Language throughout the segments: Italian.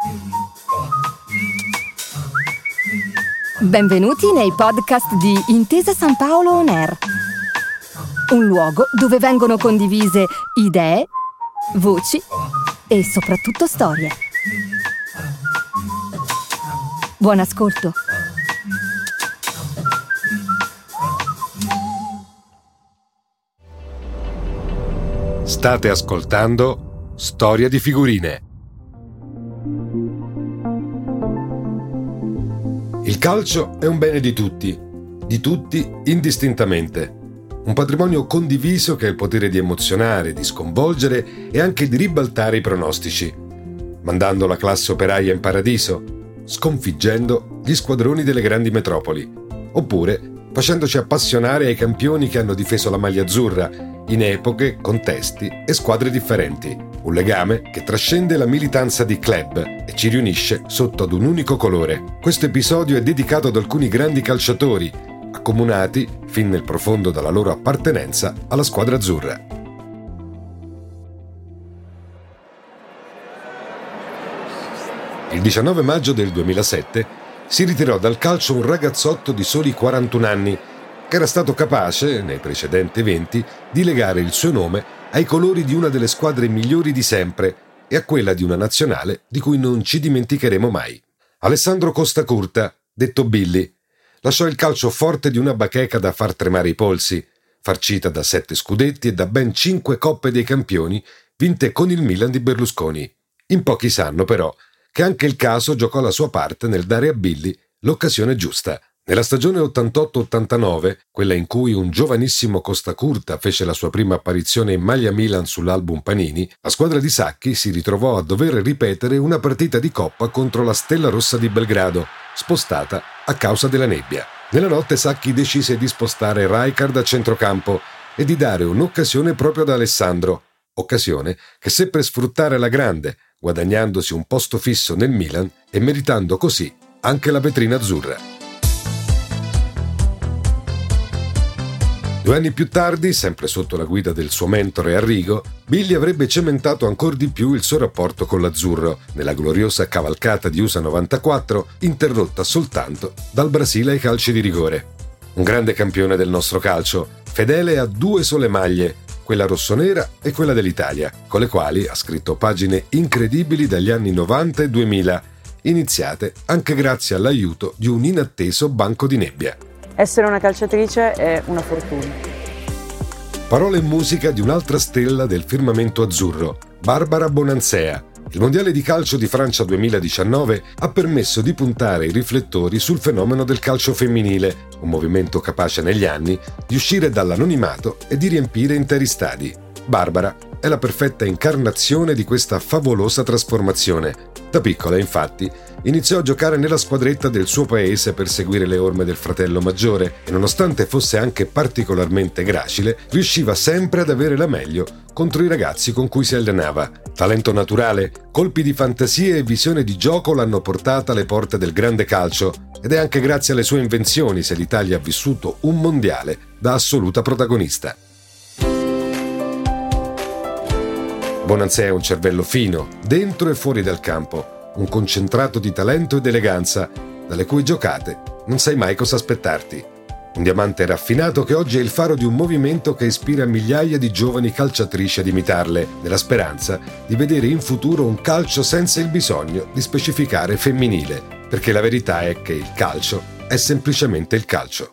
Benvenuti nei podcast di Intesa San Paolo On Air, un luogo dove vengono condivise idee, voci e soprattutto storie. Buon ascolto. State ascoltando Storia di figurine. Il calcio è un bene di tutti indistintamente. Un patrimonio condiviso che ha il potere di emozionare, di sconvolgere e anche di ribaltare i pronostici, mandando la classe operaia in paradiso, sconfiggendo gli squadroni delle grandi metropoli, oppure facendoci appassionare ai campioni che hanno difeso la maglia azzurra in epoche, contesti e squadre differenti. Un legame che trascende la militanza di club e ci riunisce sotto ad un unico colore. Questo episodio è dedicato ad alcuni grandi calciatori, accomunati fin nel profondo dalla loro appartenenza alla squadra azzurra. Il 19 maggio del 2007 si ritirò dal calcio un ragazzotto di soli 41 anni che era stato capace, nei precedenti eventi, di legare il suo nome ai colori di una delle squadre migliori di sempre e a quella di una nazionale di cui non ci dimenticheremo mai. Alessandro Costacurta, detto Billy, lasciò il calcio forte di una bacheca da far tremare i polsi, farcita da 7 scudetti e da ben 5 Coppe dei Campioni vinte con il Milan di Berlusconi. In pochi sanno però che anche il caso giocò la sua parte nel dare a Billy l'occasione giusta. Nella stagione 88-89, quella in cui un giovanissimo Costacurta fece la sua prima apparizione in maglia Milan sull'album Panini, la squadra di Sacchi si ritrovò a dover ripetere una partita di Coppa contro la Stella Rossa di Belgrado, spostata a causa della nebbia. Nella notte Sacchi decise di spostare Rijkaard a centrocampo e di dare un'occasione proprio ad Alessandro, occasione che seppe sfruttare alla grande, guadagnandosi un posto fisso nel Milan e meritando così anche la vetrina azzurra. 2 anni più tardi, sempre sotto la guida del suo mentore Arrigo, Billy avrebbe cementato ancor di più il suo rapporto con l'azzurro, nella gloriosa cavalcata di USA 94, interrotta soltanto dal Brasile ai calci di rigore. Un grande campione del nostro calcio, fedele a 2 sole maglie, quella rossonera e quella dell'Italia, con le quali ha scritto pagine incredibili dagli anni 90 e 2000, iniziate anche grazie all'aiuto di un inatteso banco di nebbia. Essere una calciatrice è una fortuna. Parole e musica di un'altra stella del firmamento azzurro, Barbara Bonanzea. Il Mondiale di calcio di Francia 2019 ha permesso di puntare i riflettori sul fenomeno del calcio femminile, un movimento capace negli anni di uscire dall'anonimato e di riempire interi stadi. Barbara è la perfetta incarnazione di questa favolosa trasformazione. Da piccola, infatti, iniziò a giocare nella squadretta del suo paese per seguire le orme del fratello maggiore e, nonostante fosse anche particolarmente gracile, riusciva sempre ad avere la meglio contro i ragazzi con cui si allenava. Talento naturale, colpi di fantasia e visione di gioco l'hanno portata alle porte del grande calcio ed è anche grazie alle sue invenzioni se l'Italia ha vissuto un mondiale da assoluta protagonista. Bonanzea è un cervello fino, dentro e fuori dal campo, un concentrato di talento ed eleganza, dalle cui giocate non sai mai cosa aspettarti. Un diamante raffinato che oggi è il faro di un movimento che ispira migliaia di giovani calciatrici ad imitarle, nella speranza di vedere in futuro un calcio senza il bisogno di specificare femminile, perché la verità è che il calcio è semplicemente il calcio.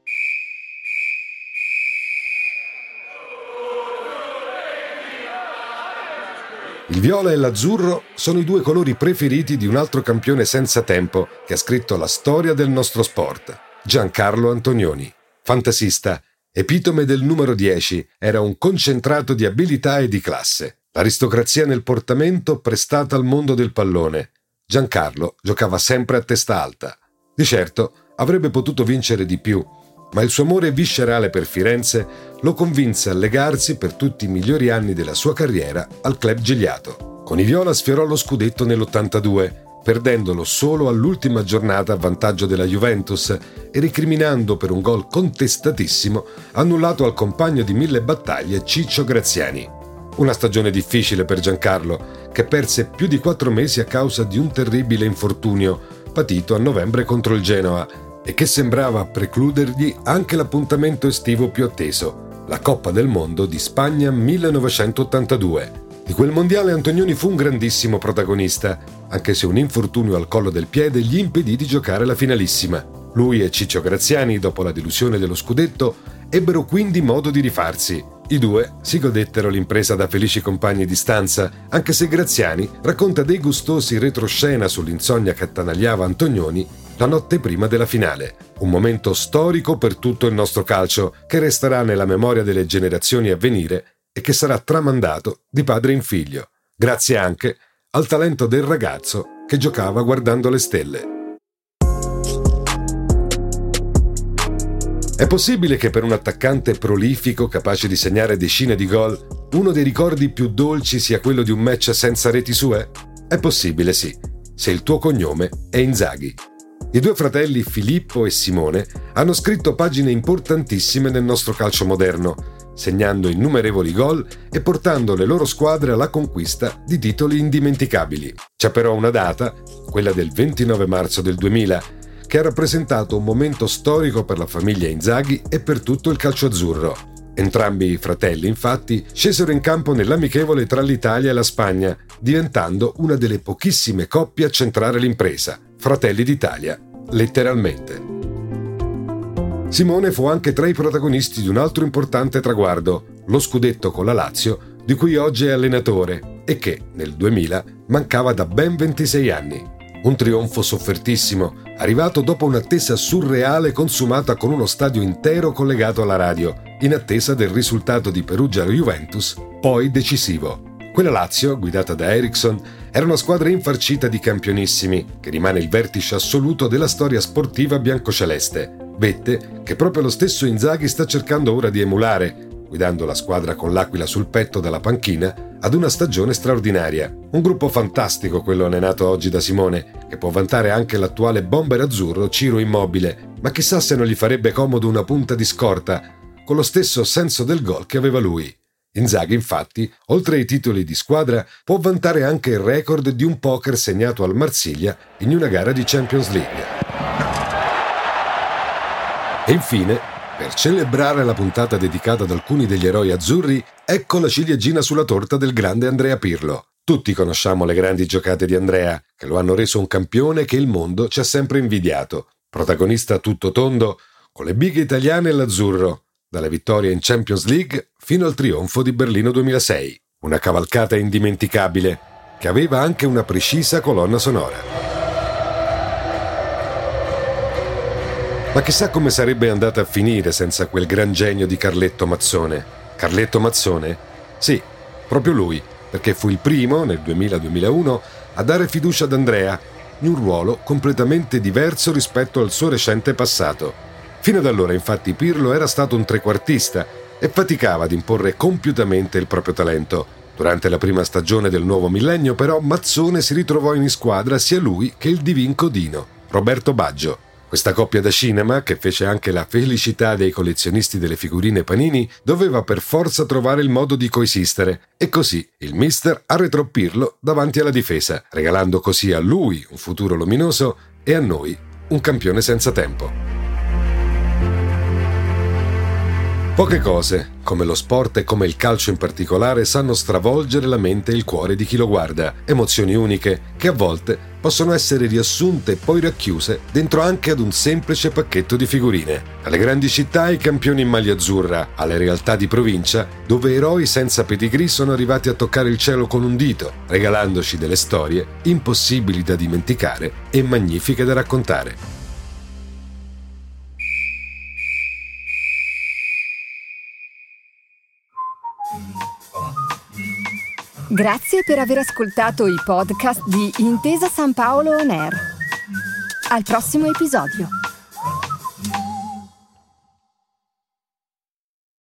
Il viola e l'azzurro sono i 2 colori preferiti di un altro campione senza tempo che ha scritto la storia del nostro sport, Giancarlo Antonioni. Fantasista, epitome del numero 10, era un concentrato di abilità e di classe. L'aristocrazia nel portamento prestata al mondo del pallone. Giancarlo giocava sempre a testa alta. Di certo avrebbe potuto vincere di più, ma il suo amore viscerale per Firenze lo convinse a legarsi per tutti i migliori anni della sua carriera al club Gigliato. Con i viola sfiorò lo scudetto nell'82, perdendolo solo all'ultima giornata a vantaggio della Juventus e recriminando per un gol contestatissimo annullato al compagno di 1000 battaglie Ciccio Graziani. Una stagione difficile per Giancarlo, che perse più di 4 mesi a causa di un terribile infortunio patito a novembre contro il Genoa e che sembrava precludergli anche l'appuntamento estivo più atteso, la Coppa del Mondo di Spagna 1982. Di quel mondiale Antonioni fu un grandissimo protagonista, anche se un infortunio al collo del piede gli impedì di giocare la finalissima. Lui e Ciccio Graziani, dopo la delusione dello scudetto, ebbero quindi modo di rifarsi. I due si godettero l'impresa da felici compagni di stanza, anche se Graziani racconta dei gustosi retroscena sull'insonnia che attanagliava Antonioni la notte prima della finale. Un momento storico per tutto il nostro calcio, che resterà nella memoria delle generazioni a venire e che sarà tramandato di padre in figlio, grazie anche al talento del ragazzo che giocava guardando le stelle. È possibile che per un attaccante prolifico, capace di segnare decine di gol, uno dei ricordi più dolci sia quello di un match senza reti sue? È possibile, sì, se il tuo cognome è Inzaghi. I due fratelli Filippo e Simone hanno scritto pagine importantissime nel nostro calcio moderno, segnando innumerevoli gol e portando le loro squadre alla conquista di titoli indimenticabili. C'è però una data, quella del 29 marzo del 2000, che ha rappresentato un momento storico per la famiglia Inzaghi e per tutto il calcio azzurro. Entrambi i fratelli, infatti, scesero in campo nell'amichevole tra l'Italia e la Spagna, diventando una delle pochissime coppie a centrare l'impresa. Fratelli d'Italia, letteralmente. Simone fu anche tra i protagonisti di un altro importante traguardo, lo scudetto con la Lazio, di cui oggi è allenatore e che, nel 2000, mancava da ben 26 anni. Un trionfo soffertissimo, arrivato dopo un'attesa surreale consumata con uno stadio intero collegato alla radio, in attesa del risultato di Perugia-Juventus, poi decisivo. Quella Lazio, guidata da Eriksson, era una squadra infarcita di campionissimi, che rimane il vertice assoluto della storia sportiva biancoceleste. Vette che proprio lo stesso Inzaghi sta cercando ora di emulare, guidando la squadra con l'aquila sul petto dalla panchina ad una stagione straordinaria. Un gruppo fantastico quello allenato oggi da Simone, che può vantare anche l'attuale bomber azzurro Ciro Immobile, ma chissà se non gli farebbe comodo una punta di scorta, con lo stesso senso del gol che aveva lui. Inzaghi, infatti, oltre ai titoli di squadra, può vantare anche il record di un poker segnato al Marsiglia in una gara di Champions League. E infine, per celebrare la puntata dedicata ad alcuni degli eroi azzurri, ecco la ciliegina sulla torta del grande Andrea Pirlo. Tutti conosciamo le grandi giocate di Andrea, che lo hanno reso un campione che il mondo ci ha sempre invidiato. Protagonista a tutto tondo, con le bighe italiane e l'azzurro, dalle vittorie in Champions League fino al trionfo di Berlino 2006. Una cavalcata indimenticabile, che aveva anche una precisa colonna sonora. Ma chissà come sarebbe andata a finire senza quel gran genio di Carletto Mazzone. Carletto Mazzone? Sì, proprio lui, perché fu il primo, nel 2000-2001, a dare fiducia ad Andrea, in un ruolo completamente diverso rispetto al suo recente passato. Fino ad allora, infatti, Pirlo era stato un trequartista e faticava ad imporre compiutamente il proprio talento. Durante la prima stagione del nuovo millennio, però, Mazzone si ritrovò in squadra sia lui che il divin codino, Roberto Baggio. Questa coppia da cinema, che fece anche la felicità dei collezionisti delle figurine Panini, doveva per forza trovare il modo di coesistere, e così il mister arretrò Pirlo davanti alla difesa, regalando così a lui un futuro luminoso e a noi un campione senza tempo. Poche cose, come lo sport e come il calcio in particolare, sanno stravolgere la mente e il cuore di chi lo guarda. Emozioni uniche che a volte possono essere riassunte e poi racchiuse dentro anche ad un semplice pacchetto di figurine. Dalle grandi città ai campioni in maglia azzurra, alle realtà di provincia, dove eroi senza pedigree sono arrivati a toccare il cielo con un dito, regalandoci delle storie impossibili da dimenticare e magnifiche da raccontare. Grazie per aver ascoltato i podcast di Intesa San Paolo On Air. Al prossimo episodio.